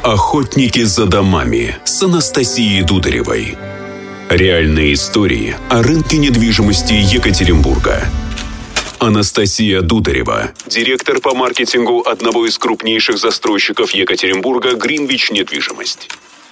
«Охотники за домами» с Анастасией Дударевой. Реальные истории о рынке недвижимости Екатеринбурга. Анастасия Дударева, директор по маркетингу одного из крупнейших застройщиков Екатеринбурга «Гринвич Недвижимость».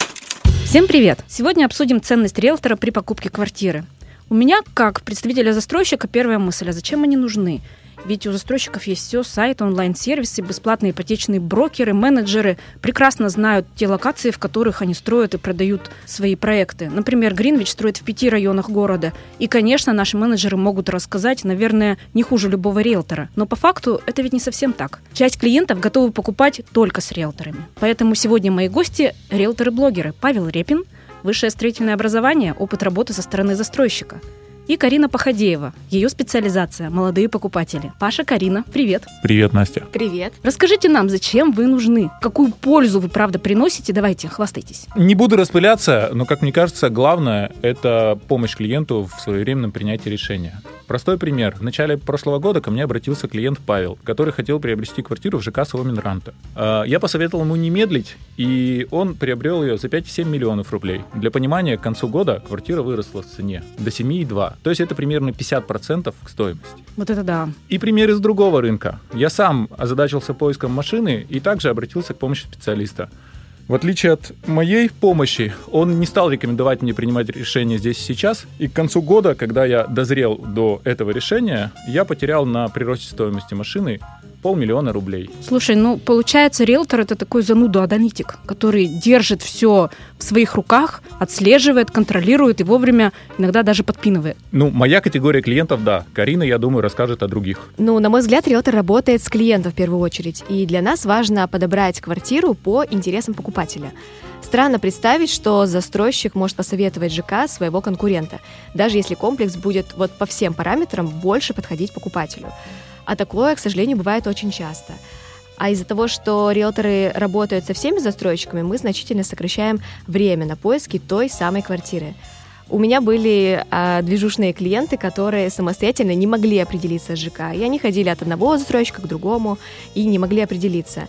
Всем привет! Сегодня обсудим ценность риэлтора при покупке квартиры. У меня, как представителя застройщика, первая мысль: а зачем они нужны? Ведь у застройщиков есть все: сайт, онлайн-сервисы, бесплатные ипотечные брокеры, менеджеры прекрасно знают те локации, в которых они строят и продают свои проекты. Например, Гринвич строит в 5 районах города. И, конечно, наши менеджеры могут рассказать, наверное, не хуже любого риэлтора. Но по факту это ведь не совсем так. Часть клиентов готовы покупать только с риэлторами. Поэтому сегодня мои гости – риэлторы-блогеры Павел Репин, высшее строительное образование, опыт работы со стороны застройщика, и Карина Походеева. Ее специализация – молодые покупатели. Паша, Карина, привет. Привет, Настя. Привет. Расскажите нам, зачем вы нужны? Какую пользу вы, правда, приносите? Давайте, хвастайтесь. Не буду распыляться, но, как мне кажется, главное – это помощь клиенту в своевременном принятии решения. Простой пример. В начале прошлого года ко мне обратился клиент Павел, который хотел приобрести квартиру в ЖК Соломинранта. Я посоветовал ему не медлить, и он приобрел ее за 5,7 миллионов рублей. Для понимания, к концу года квартира выросла в цене до 7,2. То есть это примерно 50% к стоимости. Вот это да. И пример из другого рынка. Я сам озадачился поиском машины и также обратился к помощи специалиста. В отличие от моей помощи, он не стал рекомендовать мне принимать решение здесь и сейчас. И к концу года, когда я дозрел до этого решения, я потерял на приросте стоимости машины 500 000 рублей. Слушай, получается, риэлтор – это такой зануда-аналитик, который держит все в своих руках, отслеживает, контролирует и вовремя иногда даже подпинывает. Моя категория клиентов, да. Карина, я думаю, расскажет о других. На мой взгляд, риэлтор работает с клиентом в первую очередь. И для нас важно подобрать квартиру по интересам покупателя. Странно представить, что застройщик может посоветовать ЖК своего конкурента, даже если комплекс будет по всем параметрам больше подходить покупателю. А такое, к сожалению, бывает очень часто. А из-за того, что риэлторы работают со всеми застройщиками, мы значительно сокращаем время на поиски той самой квартиры. У меня были движушные клиенты, которые самостоятельно не могли определиться с ЖК. И они ходили от одного застройщика к другому и не могли определиться.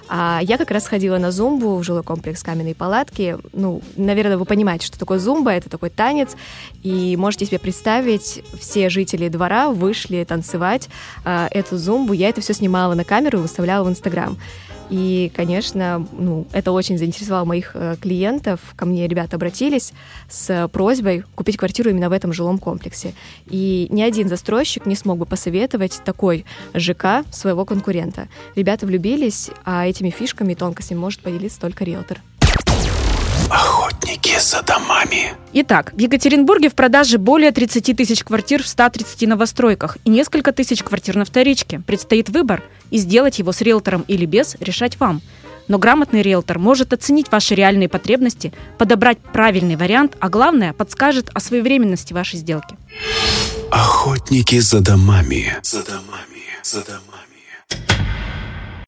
Я как раз ходила на зумбу в жилой комплекс «Каменные палатки». Наверное, вы понимаете, что такое зумба. Это такой танец. И можете себе представить, все жители двора вышли танцевать эту зумбу. Я это все снимала на камеру и выставляла в Инстаграм. И, конечно, это очень заинтересовало моих клиентов. Ко мне ребята обратились с просьбой купить квартиру именно в этом жилом комплексе. И ни один застройщик не смог бы посоветовать такой ЖК своего конкурента. Ребята влюбились, а этими фишками и тонкостями может поделиться только риэлтор. «Охотники за домами». Итак, в Екатеринбурге в продаже более 30 тысяч квартир в 130 новостройках и несколько тысяч квартир на вторичке. Предстоит выбор, и сделать его с риэлтором или без решать вам. Но грамотный риэлтор может оценить ваши реальные потребности, подобрать правильный вариант, а главное, подскажет о своевременности вашей сделки. «Охотники за домами». За домами, за домами.